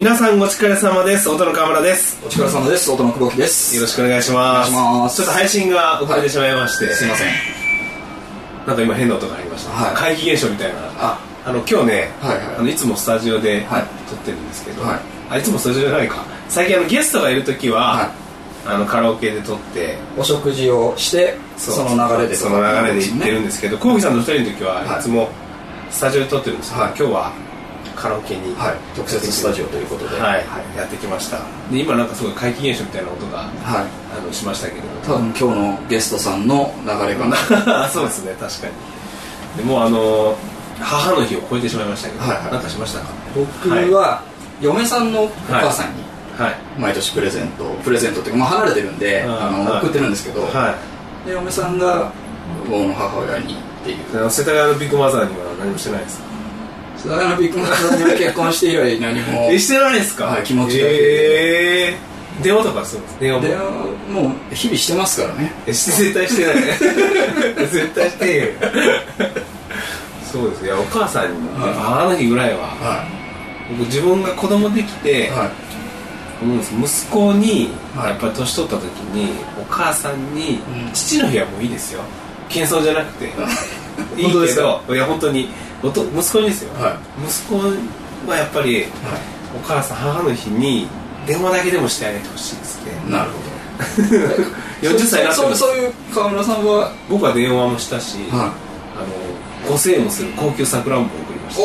皆さんお疲れ様です。音の河村です。 お疲れ様です。音の久保木です。 よろしくお願いします。ちょっと配信が遅れてしまいまして、 すいません。 なんか今変な音が入りました、怪奇現象みたいな。今日ね、いつもスタジオで撮ってるんですけど、いつもスタジオじゃないか、最近ゲストがいるときは、カラオケで撮ってお食事をして、その流れで行ってるんですけど、久保木さんの2人の時はいつもスタジオで撮ってるんですけど、今日はカラオケに、 特設スタジオということで、 やってきました。で今なんかすごい怪奇現象みたいな音が、しましたけど、 多分今日のゲストさんの流れかな。 そうですね、確かに。でも母の日を超えてしまいましたけど、なんかしましたか？ 僕は嫁さんのお母さんに毎年プレゼントっていうか、離れてるんで送ってるんですけど、で嫁さんが僕の母親にっていう。 世田谷のビッグマザーには何もしてないですか？ 世田谷のビッグマザーには結婚して以来何もしてないですか？ 気持ちだけ。 電話とかするんです？電話もう日々してますからね。 絶対してない絶対してよ。そうです。いや、お母さんに母の日ぐらいは、僕自分が子供できて、息子にやっぱり年取った時にお母さんに、父の日はもういいですよ、謙遜じゃなくていいけど、いや本当に息子にですよ、息子はやっぱり、お母さん母の日に電話だけでもしてあげてほしいですね。 なるほど。 40歳になってもそういう川村さんは。 僕は電話もしたし、5000円もする高級さくらんぼを送りました。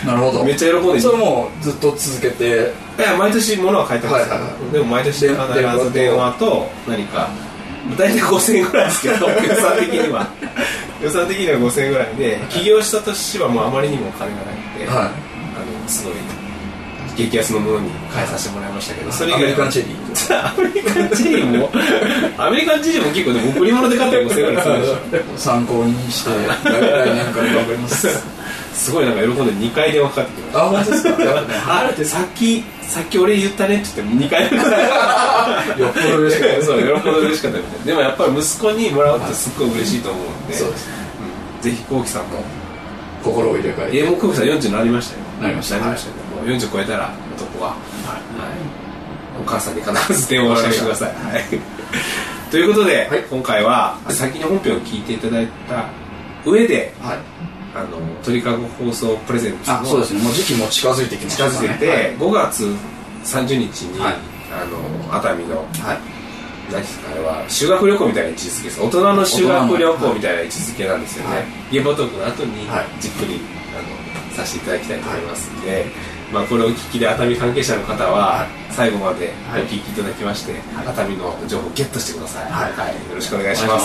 なるほど。 めっちゃ喜んで。 それもずっと続けて。 いや、毎年物は買えてますから、でも毎年必ず電話と何か、大体5000円ぐらいですけど、予算的には5000円ぐらいで、起業した年はもうあまりにもお金がなくて、すごい激安のものに変えさせてもらいましたけど、それ以外アメリカンチェリーアメリカンチェリーも結構でも贈り物で買ったら5000円ぐらいするでしょ。 参考にして来年から頑張ります。 すごいなんか喜んで2回電話かかってきました。 本当ですか？ あれってさっき俺言ったねって言っても2回よっぽど嬉しかった。 そう、よっぽど嬉しかったみたいな。でもやっぱり息子にもらうってすっごい嬉しいと思うんで、 そうです。 ぜひ幸喜さんも心を入れ替えて。 もう幸喜さん40になりましたよ。 なりましたね。もう40超えたら男は、お母さんに必ず電話をしてください。ということで、今回は先に本編を聞いていただいた上で、鳥かご放送プレゼンツの、 そうですね、もう時期も近づいてきましたね。 近づいて、5月30日に熱海の、何ですか、あれは修学旅行みたいな位置づけです。大人の修学旅行みたいな位置づけなんですよね。ゲームトークの後にじっくりさせていただきたいと思いますので、これをお聞きで熱海関係者の方は最後までお聞きいただきまして、熱海の情報をゲットしてください。よろしくお願いします。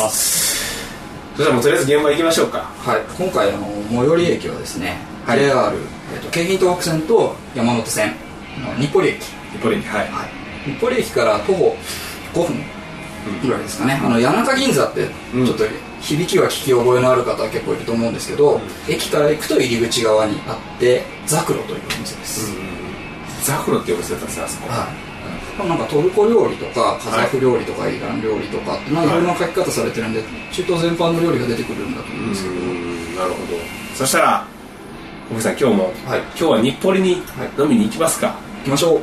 それではもうとりあえず現場行きましょうか。 今回最寄り駅はですね、JR 京浜東北線と山手線の日暮里駅。日暮里駅から徒歩5分ぐらいですかね。谷中銀座ってちょっと響きは聞き覚えのある方は結構いると思うんですけど、駅から行くと入り口側にあってザクロというお店です。 ザクロっていうお店だったんですね、あそこ。 なんかトルコ料理とかカザフ料理とかイラン料理とかいろんな書き方されてるんで、中東全般の料理が出てくるんだと思うんですけど。 なるほど。そしたら小木さん、今日は日暮里に飲みに行きますか？ 行きましょう。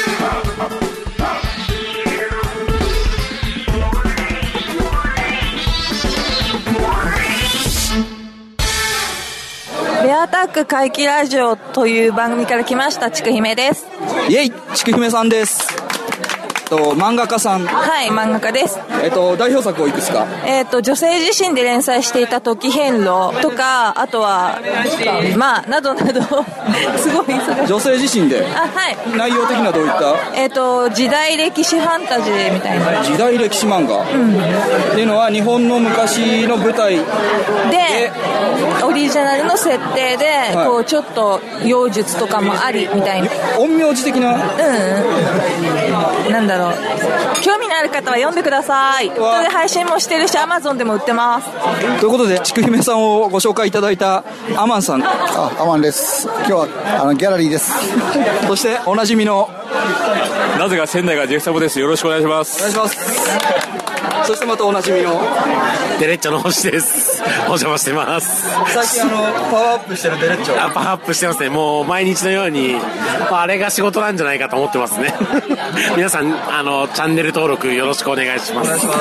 ベアタック怪奇ラジオという番組から来ましたちくひめです。 イエイ、ちくひめさんです。漫画家さん。 漫画家です。 代表作をいくつか。 女性自身で連載していた時変路とか、あとはなどなどすごい忙しい。 女性自身で。内容的にはどういった？時代歴史ファンタジーみたいな。 時代歴史漫画。っていうのは日本の昔の舞台でオリジナルの設定で、ちょっと妖術とかもありみたいな。 陰陽師的な。 なんだろう、興味のある方は読んでください。それで配信もしてるし Amazon でも売ってます。 ということでちくひめさんをご紹介いただいたアマンさん。 アマンです。今日はギャラリーです。 そしておなじみのなぜか仙台がジェフサボです。よろしくお願いします。 お願いします。そしてまたおなじみのデレッチョの星です。 お邪魔してます。 最近パワーアップしてるデレッチョ。 パワーアップしてますね。もう毎日のようにあれが仕事なんじゃないかと思ってますね。皆さんチャンネル登録よろしくお願いします。 お願いします。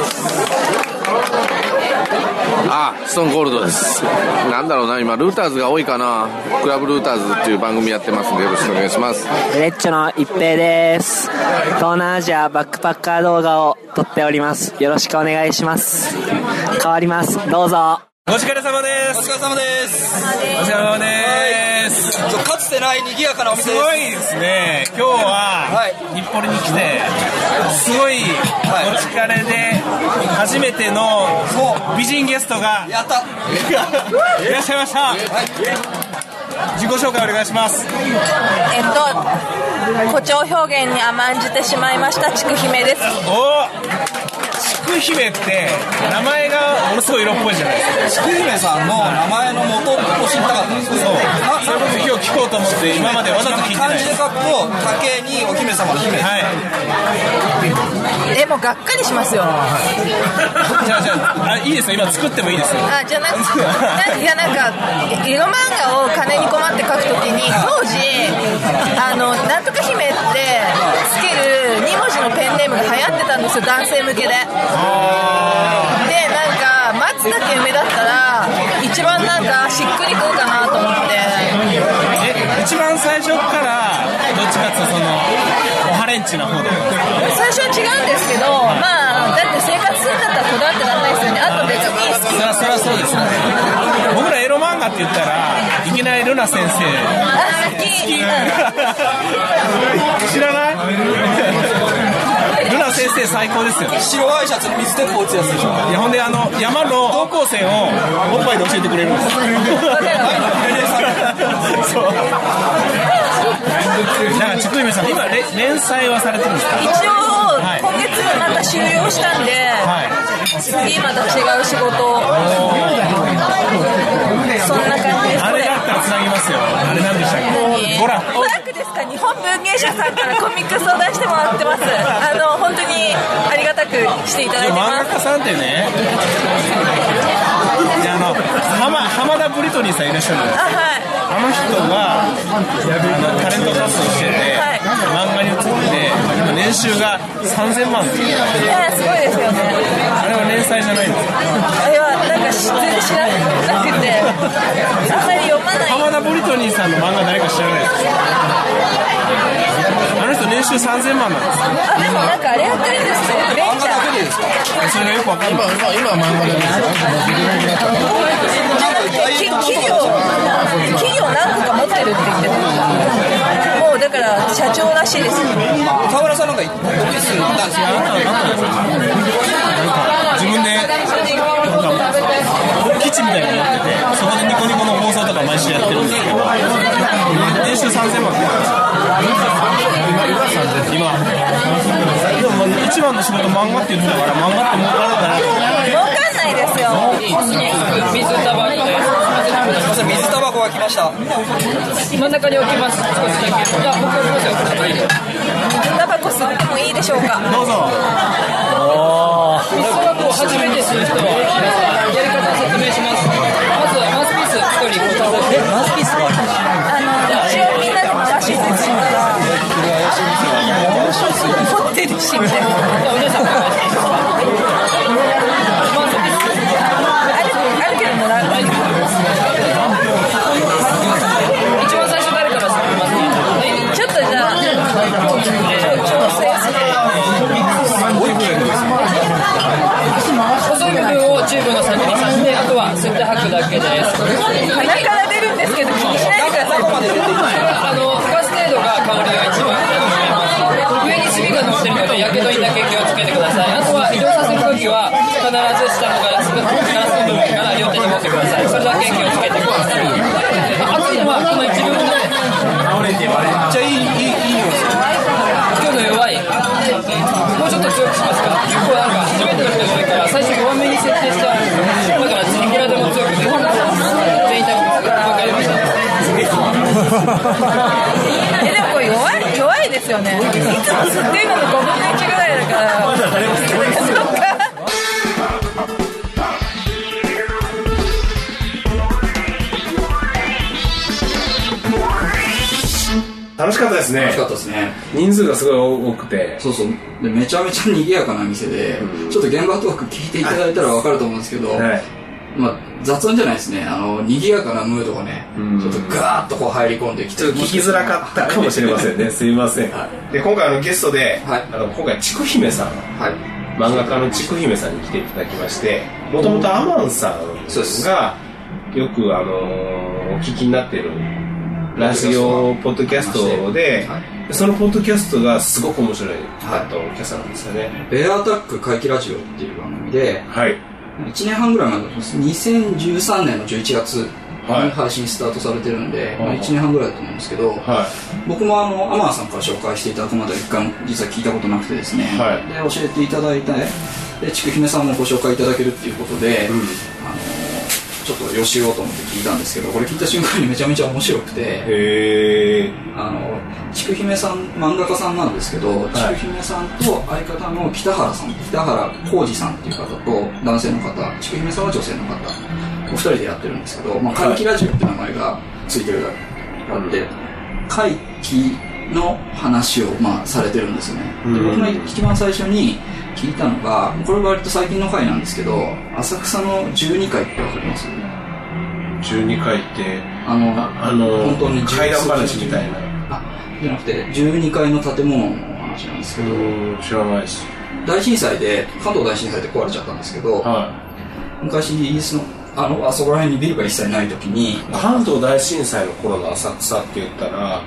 ストーンコールドです。なんだろうな、今ルーターズが多いかな。クラブルーターズっていう番組やってますんでよろしくお願いします。 デレッチョの一平です。東南アジアバックパッカー動画を撮っております。よろしくお願いします。変わります。どうぞ。 お疲れ様です。 お疲れ様です。 お疲れ様です。 かつてない賑やかなお店です。 すごいですね。今日は日暮里に来てすごいお疲れで初めての美人ゲストがいらっしゃいました。自己紹介お願いします。 誇張表現に甘んじてしまいましたちくひめです。 ちくひめって名前がものすごい色っぽいじゃないですか。 ちくひめさんの名前の元を知りたかったんですけど、 それこそ今日聞こうと思って今までわざと聞いてない。 漢字で書くと竹にお姫様の姫。 もうがっかりしますよ。 じゃあいいですよ。今作ってもいいですよ。 じゃなくてなんか色漫画を金に困って書くときに当時なんとか姫ってつける2文字のペンネームが流行ってたんですよ、男性向けで。でなんか松竹梅だったら一番なんかしっくりくるかなと思って。 一番最初からどっちかっていうとおハレンチな方で。 最初は違うんですけど、だって生活するんだったらこだわってらんないですよね。あと別に好き。 そりゃそうですよね。僕らエロ漫画って言ったらいきなりルナ先生好き知らない？ルナ先生最高ですよ。 白ワイシャツに水鉄砲打つやつでしょ。 いやほんで山の方向線をおっぱいで教えてくれるんです。そう。なんかちくひめさん今連載はされてるんですか？ 一応今月また終了したんで、次また違う仕事をそんな感じです。 あれだったらつなぎますよ。あれなんでしたっけ？ 娯楽ですか？日本文芸社さんからコミックスを出してもらってます。本当にありがたくしていただいてます。 漫画家さんってね、浜田ブリトニーさんいらっしゃるんです。あの人がタレント活動してて、漫画に映って今年収が3000万です。 すごいですよね。 あれは連載じゃないんですか？ あれはなんか全然知らなくてあんまり読まない。 浜田ブリトニーさんの漫画誰か知らないですか？あの人年収3000万なんです。 でもなんかあれやってるんですよ。 漫画だけでですか？ それがよくわかんない。今漫画企業何個か持ってるって言ってた。もうだから社長らしいです。 河村さんなんかオフィスに行ったんですよ。 自分で基地みたいなのやってて、そこでニコニコの放送とか毎週やってるんですけど、年収3000万今でも一番の仕事漫画って言ってたから、漫画って儲かるんだな。 儲かんないですよ。 水タバコです。 水タバコが来ました。 真ん中に置きます。少しだけ。じゃあ僕置きますよ。 水タバコ吸ってもいいでしょうか？ どうぞ。 水タバコを初めて吸う人はやり方を説明します。まずはマウスピース1人マウスピースは一応みんなでもらしいですから持ってるしみたいな。 お姉さんマウスピースあるけどもらう。 一番最初誰から吸ってますか？ ちょっとじゃあ調整する。 細い部分をチューブの先に刺して、あとは吸って吐くだけです。 鼻から出るんですけど気にしないでください。 吹かす程度が香りが一番。上に炭が乗ってるのでやけどにだけ気をつけてください。あとは移動させるときは必ず下のガラス部分から両手に持ってください。それだけ気をつけてください。熱いのはこの一部分でめっちゃいいよ。 今日の弱い。もうちょっと強くしますか？結構なんか初めての人が多いから最初5番目に設定しただからいくらでも強くで全員多分分かりました。 でもこれ弱いですよね。いつも吸ってるのの5分の1ぐらいだから。そっか。 楽しかったですね。 楽しかったですね。 人数がすごい多くて。 そうそう。で、めちゃめちゃ賑やかな店で、ちょっと現場トーク聞いていただいたら分かると思うんですけど、まあ、雑音じゃないですね。賑やかなムードがね、ちょっとガーッとこう入り込んできて。 ちょっと聞きづらかったかもしれませんね。すいません。で、今回ゲストで、今回、ちくひめさん。漫画家のちくひめさんに来ていただきまして、もともとアマンさんが、よくお聞きになっているラジオポッドキャストで、そのポッドキャストがすごく面白いキャストなんですよね。 ベアアタック怪奇ラジオっていう番組で、1年半ぐらい前の2013年の11月に配信スタートされてるんで、1年半ぐらいだと思うんですけど、僕もアマンさんから紹介していただくまでは一回も実は聞いたことなくてですね、で教えていただいて、でちくひめさんもご紹介いただけるっていうことで、ちょっと予習をと思って聞いたんですけど、これ聞いた瞬間にめちゃめちゃ面白くて、ちくひめさん漫画家さんなんですけど、ちくひめさんと相方の北原浩二さんっていう方と男性の方、ちくひめさんは女性の方、お二人でやってるんですけど、怪奇ラジオって名前がついてるがあって、怪奇の話をされてるんですよね。で僕が一番最初に聞いたのが、これは割と最近の回なんですけど、浅草の12階ってわかります ？12階って本当に怪談話みたいな。じゃなくて12階の建物の話なんですけど、 知らないし。 大震災で関東大震災で壊れちゃったんですけど、昔イギリスのあそこら辺にビルが一切ない時に、 関東大震災の頃の浅草って言ったら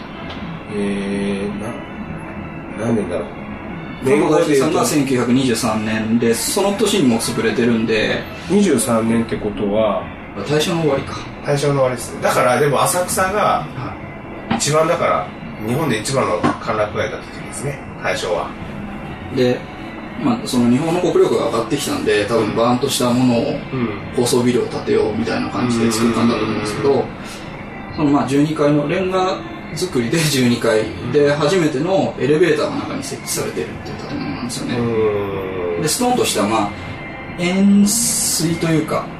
何年だろう。 関東大震災が1923年で、その年にもう潰れてるんで、 23年ってことは大正の終わりか。 大正の終わりですね。だからでも浅草が一番、だから日本で一番の歓楽街だった時ですね、大正は。で、 その日本の国力が上がってきたんで、多分バーンとしたものを、高層ビルを建てようみたいな感じで作ったんだと思うんですけど、その12階のレンガ作りで12階で初めてのエレベーターが中に設置されてるっていう建物なんですよね。でストーンとした円錐というか、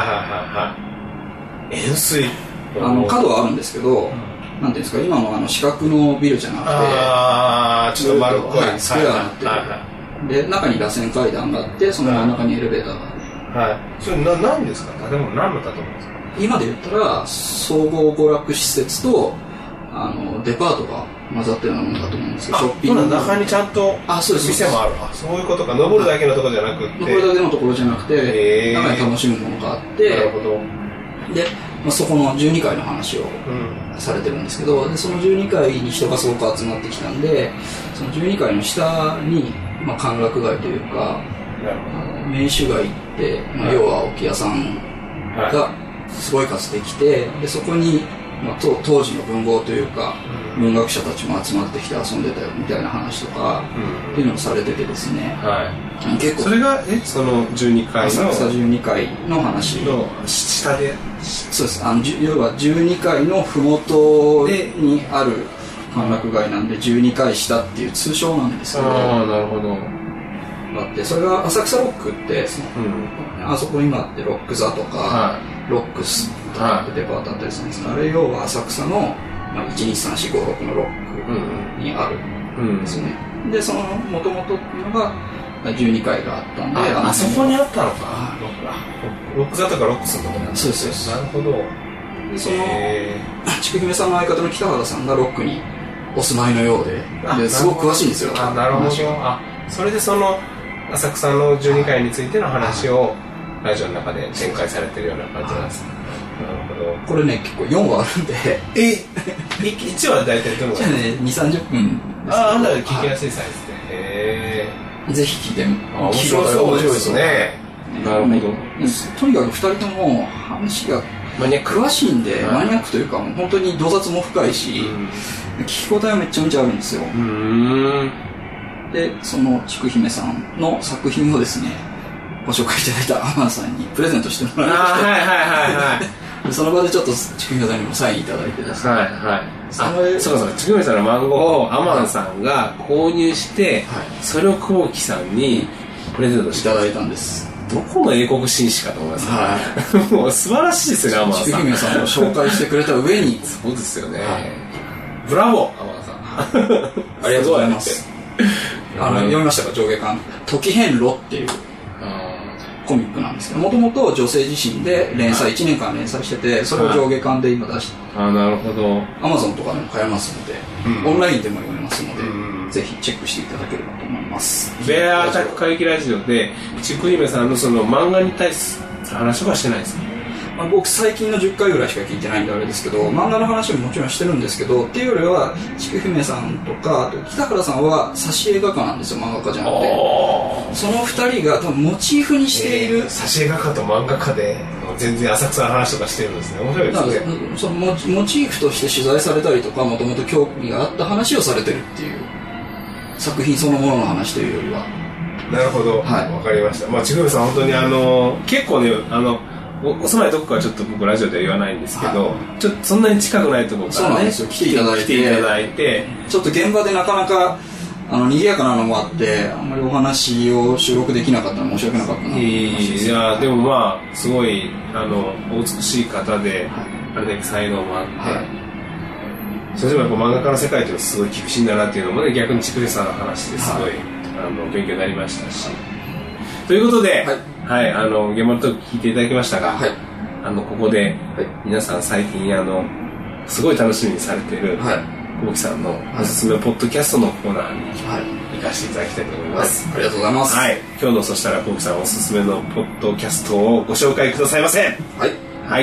円錐角はあるんですけど、なんていうんですか、今の四角のビルじゃなくて、 ちょっと丸っこいスクエアになってる。で中に螺旋階段があって、その真ん中にエレベーターがある。 それ何ですか？建物何の建物ですか？ 今で言ったら総合娯楽施設とデパートが混ざったようなものだと思うんですけど、ショッピング中にちゃんと店もある。そういうことか。登るだけのところじゃなくて、 登るだけのところじゃなくて、中に楽しむものがあって、 なるほど。 で、そこの12階の話をされてるんですけど、でその12階に人がすごく集まってきたんで、その12階の下に歓楽街というか、名手街って、要は置屋さんがすごい数できて、でそこに、当時の文豪というか、文学者たちも集まってきて遊んでたよみたいな話とか、っていうのをされててですね、 結構それがその12階の浅草12階の話の下で、 そうです。要は12階の麓にある歓楽街なんで、12階下っていう通称なんですけど、 なるほど。 あって、それが浅草ロックって、あそこ今ってロック座とか、ロックスとかってデパートあったりするんですが、あれ要は浅草の12345のロックにあるんですね。でその元々っていうのが12階があったんで、 あそこにあったのか。ロック座とかロックスのところにあった。 そうです。 なるほど。 でそのちくひめさんの相方の北原さんがロックにお住まいのようですごく詳しいんですよ。 なるほど。それでその浅草の12階についての話をラジオの中で展開されてるような感じなんです。なるほど。 これね、結構4話あるんで 1話大体どのぐらい ？2、30分です。 なんだろう、聞きやすいサイズで。 ぜひ聞いて面白そうですね。なるほど。 とにかく2人とも話が詳しいんで、マニアックというか本当に洞察も深いし、聞き応えはめちゃめちゃあるんですよ。でそのちくひめさんの作品をですね、ご紹介いただいたアマンさんにプレゼントしてもらいまして、その場でちょっとちくひめさんにもサインいただいてですね、 そうちくひめさんの漫画をアマンさんが購入して、それを久保木さんにプレゼントしていただいたんです。どこの英国紳士かと思いますね。もう素晴らしいですよね、アマンさん。 ちくひめさんを紹介してくれた上にそうですよね。 ブラボー天野さんありがとうございます読みましたか、上下巻時変路っていうコミックなんですけど、もともと女性自身で連載1年間連載してて、それを上下巻で今出して、 なるほど、 Amazon とかでも買えますので、オンラインでも読めますので、ぜひチェックしていただければと思います。 ベアアタック会議ラジオでちくひめさんのその漫画に対する話はしてないですか？ 僕最近の10回ぐらいしか聞いてないんであれですけど、漫画の話ももちろんしてるんですけど、っていうよりはちくひめさんとかあと北原さんは挿絵画家なんですよ、漫画家じゃなくて。その2人が多分モチーフにしている、 挿絵画家と漫画家で全然浅草の話とかしてるんですね。面白いですね。 そのモチーフとして取材されたりとか、もともと興味があった話をされてるっていう作品そのものの話というよりは。 なるほど、はい、分かりました。ちくひめさん本当に結構ねお住まいどこかはちょっと僕ラジオでは言わないんですけど、ちょっとそんなに近くないところからね来ていただいて、ちょっと現場でなかなか賑やかなのもあってあんまりお話を収録できなかったの申し訳なかったな。 いやでもすごいお美しい方で、あれだけ才能もあって、それでもやっぱ漫画家の世界というのはすごい厳しいんだなっていうのもね、逆にちくひさんの話ですごい、勉強になりましたし、ということで、はい、ゲームのトーク聞いていただきましたが、ここで、皆さん最近すごい楽しみにされている久保木さんのおすすめポッドキャストのコーナーに行かせていただきたいと思います。 ありがとうございます。 はい、今日のそしたら久保木さんおすすめのポッドキャストをご紹介くださいませ。 はい。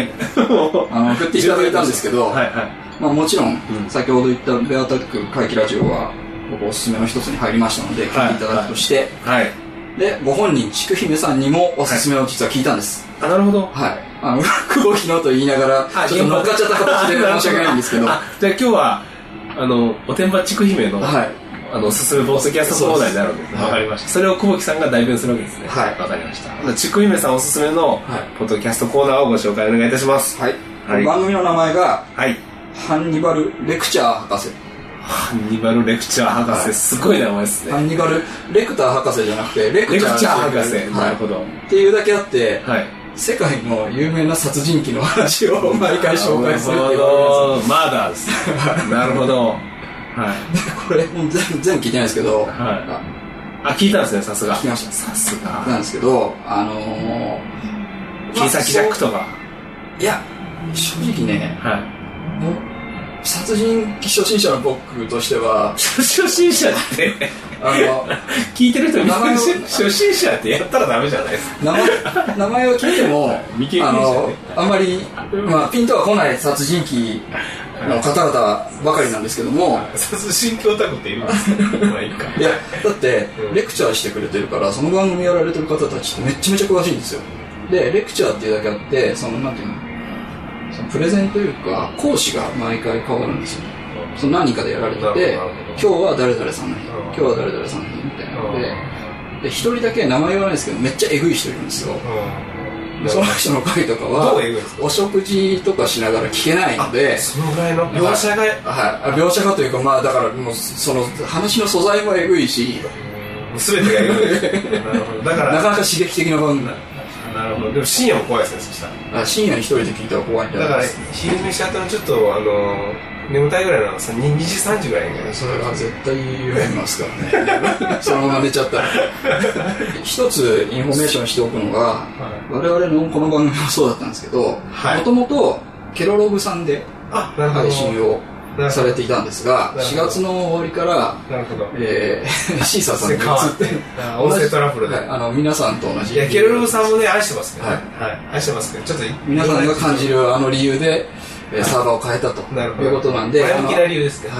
送っていただいたんですけど、もちろん先ほど言ったベアタック怪奇ラジオは僕おすすめの一つに入りましたので聞いていただくとして。で、ご本人ちくひめさんにもおすすめを実は聞いたんです。 なるほど。 はい。久保木のと言いながらちょっと乗っかっちゃった形で申し訳ないんですけど。じゃあ今日はおてんばちくひめのおすすめポッドキャストコーナーになるんですね。わかりました。それを久保木さんが代弁するわけですね。はい。わかりました。ちくひめさんおすすめのポッドキャストコーナーをご紹介お願いいたします。 はい。番組の名前がハンニバルレクチャー博士。 ハンニバルレクチャー博士、すごい名前ですね。 ハンニバルレクター博士じゃなくてレクチャー博士、 なるほど。 っていうだけあって、世界の有名な殺人鬼の話を毎回紹介するっていうマーダーです。なるほど。はい。 これ全部聞いてないですけど、 聞いたんですね、さすが。 聞きました。 さすが。 なんですけど、 キーサキジャックとか。 いや、正直ね、殺人鬼初心者の僕としては初心者って聞いてる人初心者ってやったらダメじゃないですか。 名前を聞いてもあんまり、ピンとは来ない殺人鬼の方々ばかりなんですけども、 殺人鬼オタクっているんですか？ いやだってレクチャーしてくれてるから、その番組やられてる方たちってめちゃめちゃ詳しいんですよ。でレクチャーっていうだけあって、なんていうの、プレゼンというか講師が毎回変わるんですよ。その何人かでやられてて、今日は誰々さんの日、今日は誰々さんの日みたいなので、一人だけ名前言わないですけどめっちゃエグい人いるんですよ。その人の回とかはお食事とかしながら聞けないので、 そのぐらいの描写が描写がというか、だからもうその話の素材もエグいし、 全てがエグい。だからなかなか刺激的な番組。 なるほど。でも深夜も怖いですね、そしたら。深夜に一人で聞いたら怖いんじゃないですか。 だから昼寝しちゃったのちょっと眠たいぐらいの2時3時ぐらいにそれは絶対言われますからね。そのまま寝ちゃったら。一つインフォメーションしておくのが、我々のこの番組もそうだったんですけど、もともとケロログさんで配信をされていたんですが、4月の終わりからシーサーさんに移って音声トラブルで皆さんと同じ。 いやケロログさんもね愛してますけどね。愛してますけど、ちょっと皆さんが感じる理由でサーバーを変えたということなんで、 前向きな理由ですけど、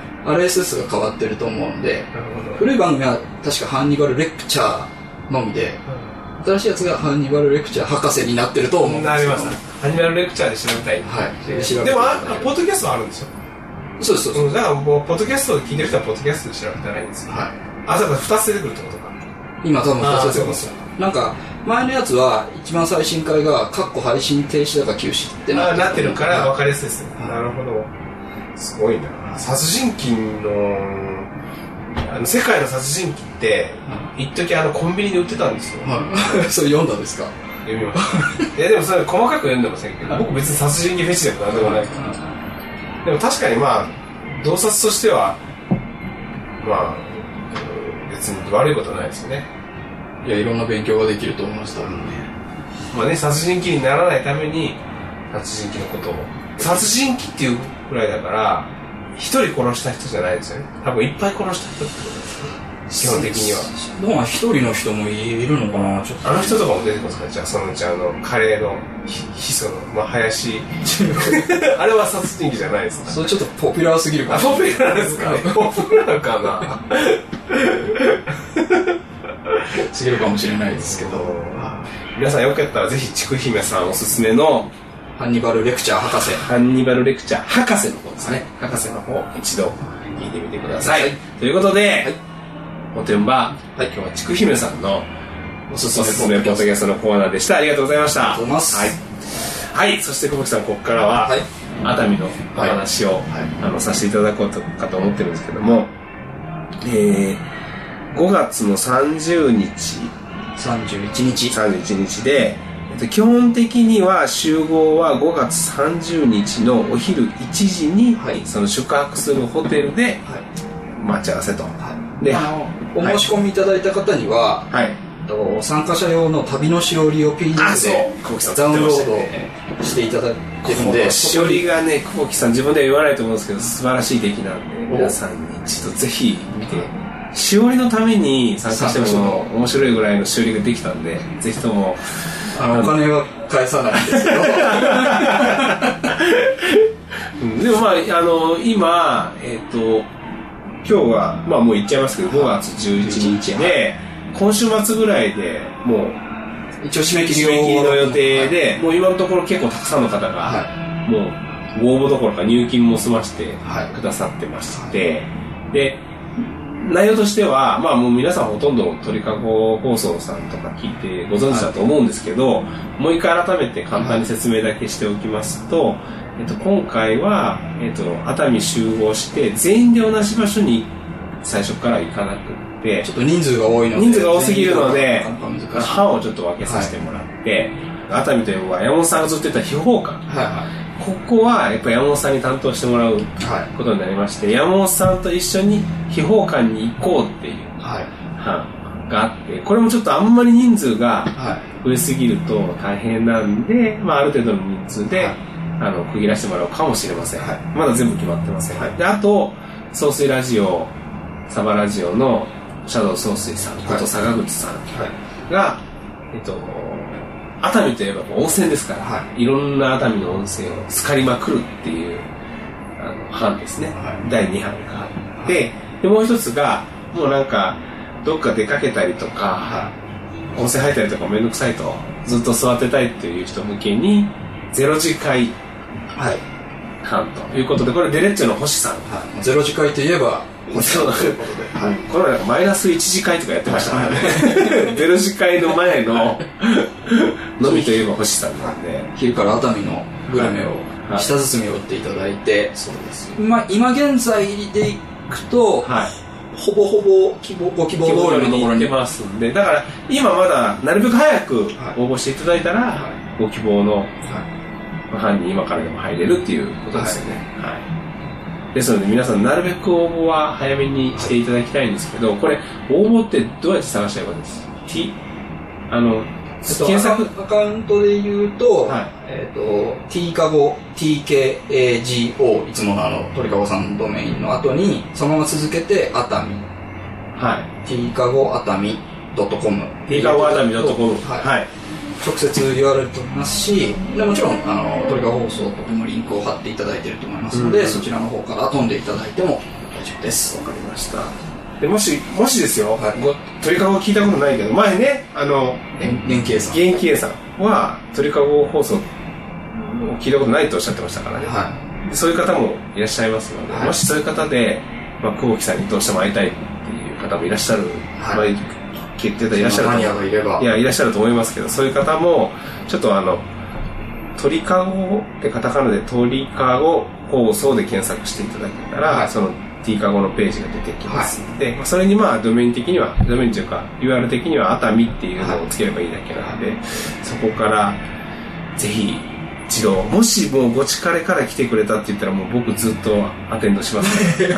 RSS が変わってると思うので、古い番組は確かハンニバルレクチャーのみで、新しいやつがハンニバルレクチャー博士になってると思うんですけど。 なります。ハンニバルレクチャーで調べたい。でもポッドキャストはあるんですよ。 そうです。 だからもうポッドキャストで聞いてる人はポッドキャストで調べたらいいんですよ。だから2つ出てくるってことか。 今多分2つ出てくるんですよ。なんか前のやつは一番最新回が配信停止だか休止ってなってるから分かりやすいですね。なるほど。すごいな。殺人鬼の世界の殺人鬼って一時コンビニで売ってたんですよ。 それ読んだんですか？ 読みました。いやでもそれ細かく読んでませんけど、僕別に殺人鬼フェチでもなんでもないから。でも確かに洞察としてはまあ別に悪いことはないですよね。 いや、いろんな勉強ができると思いました、 まあね、殺人鬼にならないために殺人鬼のことを殺人鬼っていうくらいだから一人殺した人じゃないですよね。多分いっぱい殺した人ってことですね、基本的には。 まあ一人の人もいるのかな。ちょっとあの人とかも出てきますか。じゃあそのうちカレーのヒ素の、まあ、林あれは殺人鬼じゃないですか。 それちょっとポピュラーすぎるかも。 ポピュラーですかね。ポピュラーかなすぎるかもしれないですけど、 皆さんよかったらぜひちくひめさんおすすめのハンニバルレクチャー博士の方ですね、博士の方一度聞いてみてください、ということで、おてんば、今日はちくひめさんのおすすめポッドキャストのコーナーでした。ありがとうございました。 ありがとうございます。 はい、そして小牧さん、ここからは熱海のお話をさせていただこうかと思ってるんですけども、5月の31日で、基本的には集合は5月30日のお昼1時に、その宿泊するホテルで待ち合わせと、でお申し込みいただいた方には、参加者用の旅のしおりを PDF でダウンロードしていただいてるんで、 しおりがね、久保木さん自分では言わないと思うんですけど素晴らしい出来なんで、皆さんに一度ぜひ見て、しおりのために参加しても面白いぐらいのしおりができたんで、ぜひともお金は返さないんですけどでもまあ今今日はまあもう言っちゃいますけど5月11日で、今週末ぐらいでもう一応締め切りの予定で、もう今のところ結構たくさんの方がもうご応募どころか入金も済ましてくださってまして、で内容としては、まあもう皆さんほとんど鳥かご放送さんとか聞いてご存知だと思うんですけど、もう一回改めて簡単に説明だけしておきますと、今回は、熱海集合して全員で同じ場所に最初から行かなくて、 ちょっと人数が多すぎるので、班をちょっと分けさせてもらって、熱海というのは山本さんがずっと言った秘宝館、ここはやっぱ山本さんに担当してもらうことになりまして、山本さんと一緒に秘宝館に行こうっていう班があって、これもちょっとあんまり人数が増えすぎると大変なんで、まあ、ある程度の人数で、区切らせてもらうかもしれません、まだ全部決まってません、であと総水ラジオ、サバラジオのシャドウ総水さんこと坂口さんが、熱海といえば温泉ですから、いろんな熱海の温泉を浸かりまくるっていう班ですね、第2班があって、でもう一つがもうなんかどっか出かけたりとか、温泉入ったりとかめんどくさいとずっと座ってたいっていう人向けに0次会班ということで、これデレッチェの星さん、 0次会といえば星さんということで、 このなんかマイナス1次会とかやってましたからね0次会の前ののみといえば星さんなんで、 昼から熱海のグルメを舌包みを打っていただいて、まあ今現在でいくと、ほぼほぼご希望通りのところに行ってますんで、だから今まだなるべく早く応募していただいたら、ご希望の班に今からでも入れるっていうことですよね、ですので皆さんなるべく応募は早めにしていただきたいんですけど、これ応募ってどうやって探したらいいかです。 検索アカウントで言うと、T カゴ TKAGO いつもの鳥かごさんのドメインの後にそのまま続けて熱海、T カゴ熱海 .com T カゴ熱海 .com 直接 URL とりますし、でもちろん鳥かご放送とかもリンクを貼っていただいていると思いますので、そちらの方から飛んでいただいても大丈夫です。 わかりました。でもしですよ、鳥かご聞いたことないけど、前ね元気 A さんは鳥かご放送を聞いたことないとおっしゃってましたからね、そういう方もいらっしゃいますので、もしそういう方で、久保木さんにどうしても会いたいっていう方もいらっしゃる、決定でいらっしゃるといらっしゃると思いますけど、そういう方もちょっと鳥かごってカタカナで鳥かご放送で検索していただけたら、その T カゴのページが出てきますので、それにまあドメイン的には、ドメインというか URL 的には熱海っていうのをつければいいだけなので、そこからぜひ1 一度もしもうごちかれから来てくれたって言ったらもう僕ずっとアテンドしますね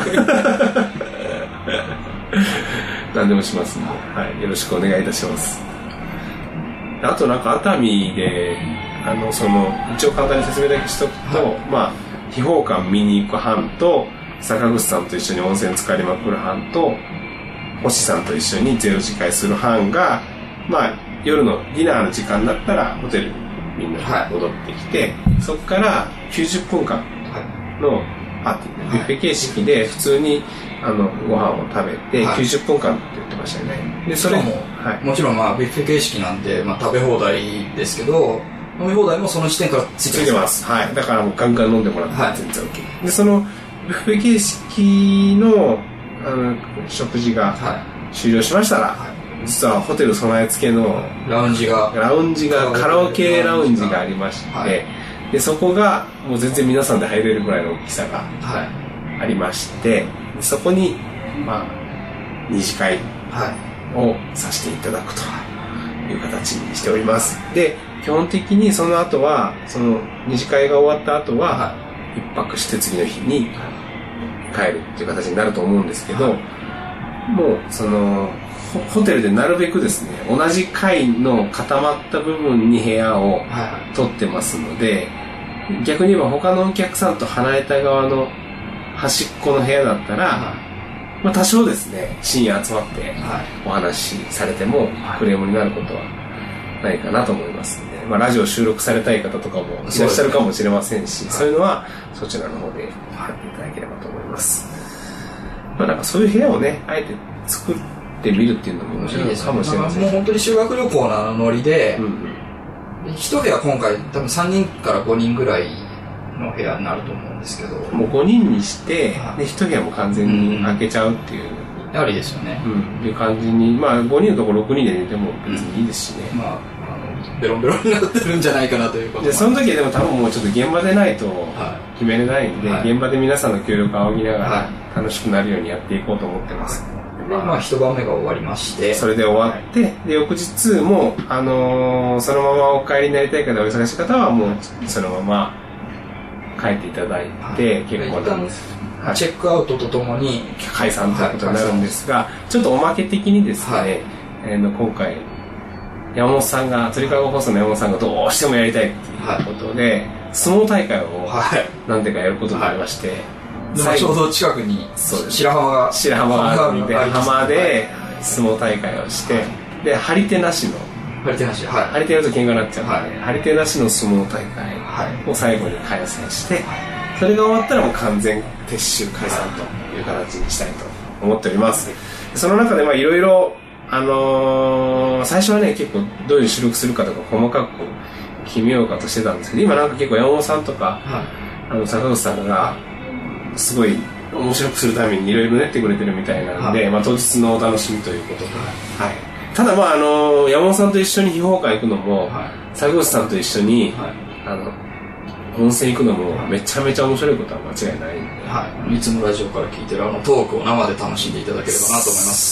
何でもしますんで、はい、よろしくお願いいたします。あとなんか熱海で一応簡単に説明だけしとくと、まあ秘宝館見に行く班と坂口さんと一緒に温泉浸かりまくる班と星さんと一緒にゼロ次会する班が、まあ夜のディナーの時間になったらホテルにみんな戻ってきて、そこから90分間のパーティー、ビュッフェ形式で普通にご飯を食べて90分間って言ってましたよね。でそれも、 もちろんまあビュッフェ形式なんで、まあ、食べ放題ですけど飲み放題もその時点からついてます。はい、だからもうガンガン飲んでもらって全然 OK、でそのビュッフェ形式の食事が終了しましたら、実はホテル備え付けのラウンジがカラオケラウンジがありまして、でそこがもう全然皆さんで入れるぐらいの大きさがありまして、そこにまあ二次会をさせていただくという形にしております。で基本的にその後はその二次会が終わった後は一泊して次の日に帰るっていう形になると思うんですけど、もうそのホテルでなるべくですね同じ階の固まった部分に部屋を取ってますので、逆に言えば他のお客さんと離れた側の端っこの部屋だったら、まあ、多少ですね深夜集まってお話しされてもクレームになることはないかなと思いますので、まあ、ラジオ収録されたい方とかもいらっしゃるかもしれませんし、そういうのはそちらの方でやっていただければと思います。まあ、なんかそういう部屋をねあえて作ってみるっていうのも面白いかもしれません。 もう本当に修学旅行なノリで、一部屋今回多分3人から5人ぐらいの部屋になると思うんですけど、もう5人にして、で1部屋も完全に開けちゃうっていう、 やはりですよね、 いう感じに、まあ5人のところ6人で寝ても別にいいですしね、 まあベロンベロンになってるんじゃないかなということで、 その時はでも多分もうちょっと現場でないと決めれないんで、現場で皆さんの協力を仰ぎながら楽しくなるようにやっていこうと思ってます。 でまあ一晩目が終わりまして、 それで終わって、で翌日もそのままお帰りになりたい方、お忙しい方はもうそのまま帰っていただいて結構なんです。 チェックアウトとともに解散ということになるんですが、ちょっとおまけ的にですね、今回山本さんが鳥かご放送の山本さんがどうしてもやりたいっていうことで、相撲大会を何でかやることになりまして、 ちょうど近くに白浜があるんで、浜で相撲大会をして、で張り手なしの張り手やると喧嘩になっちゃうので、張り手なしの相撲大会を最後に開催して、それが終わったらもう完全撤収解散という形にしたいと思っております。その中でいろいろ最初はね結構どういう収録するかとか細かく決めようかとしてたんですけど、今なんか結構山本さんとか、坂口さんがすごい面白くするためにいろいろ練ってくれてるみたいなんで、当日のお楽しみということで、ただ山本さんと一緒に秘宝館行くのも、坂口さんと一緒に、温泉行くのもめちゃめちゃ面白いことは間違いないんで、 いつもラジオから聞いてるトークを生で楽しんでいただければなと思います。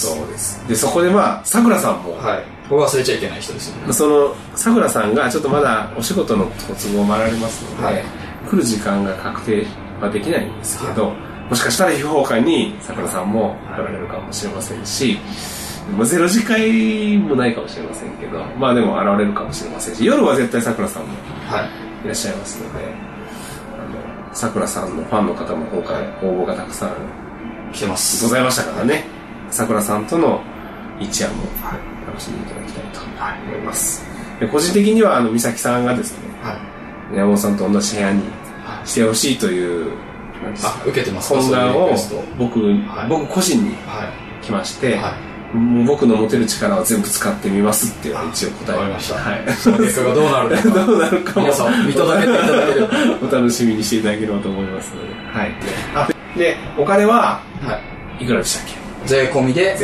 そうです。でそこでさくらさんも、 ここ忘れちゃいけない人ですよね。 そのさくらさんがちょっとまだお仕事のご都合もあられますので、来る時間が確定はできないんですけど、もしかしたら秘宝館にさくらさんも来られるかもしれませんし、ゼロ次会もないかもしれませんけど、でも現れるかもしれませんし、夜は絶対さくらさんもいらっしゃいますので、さくらさんのファンの方も今回応募がたくさん来てますございましたからね、さくらさんとの一夜も楽しんでいただきたいと思います。で個人的には美咲さんがですね、山本さんと同じ部屋にしてほしいという受けてます懇願を僕個人に来まして、もう僕の持てる力を全部使ってみますって一応答えました。 その結果がどうなるのかどうなるかも皆さん見届けていただければお楽しみにしていただければと思いますので、でお金はいくらでしたっけ？ 税込みで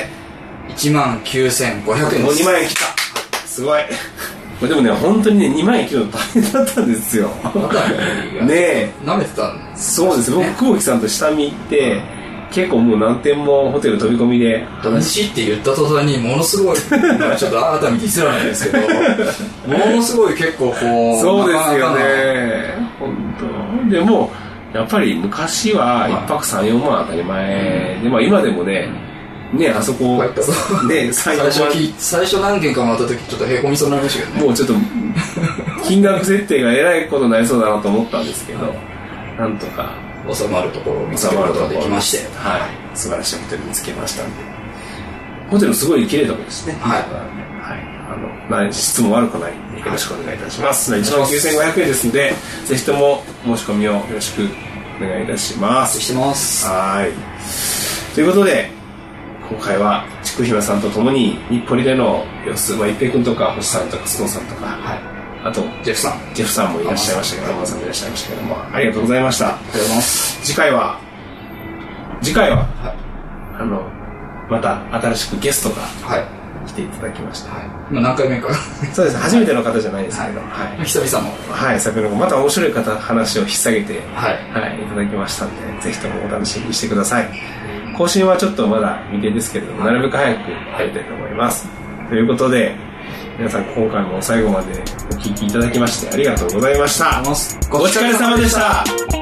19,500円もう2万円切った。すごい。でもね本当にね2万円切るの大変だったんですよ。 ねえ舐めてたんです。 そうです。僕久保木さんと下見行って結構もう何店もホテル飛び込みで西って言った途端にものすごいちょっと熱海ディスらないですけどものすごい結構こうそうですよね本当でもやっぱり昔は1泊 3,4 万当たり前で、まあ今でもねあそこね最初何件か回った時ちょっとへこみそうになりましたけどねもうちょっと金額設定がえらいことになりそうだなと思ったんですけどなんとか収まるところを見つけることができまして、 はい、素晴らしいホテル見つけましたんでホテルすごい綺麗なところですねはい、質も悪くないんでよろしくお願いいたします。1万9500円ですのでぜひとも申し込みをよろしくお願いいたします。 してます。 はいということで今回はちくひめさんと共に日暮里での様子、一平君とか星さんとか須藤さんとか、あとジェフさんもいらっしゃいましたけど、天野さんもいらっしゃいましたけども、ありがとうございました。 ありがとうございます。 次回は、また新しくゲストが来ていただきました。 何回目か。 そうです。初めての方じゃないですけど、 久々の。 先ほどまた面白い話を引っ提げて、いただきましたので、ぜひともお楽しみにしてください。更新はちょっとまだ未定ですけれども、なるべく早くやりたいと思います。ということで、皆さん今回も最後までお聞きいただきましてありがとうございました。お疲れ様でした。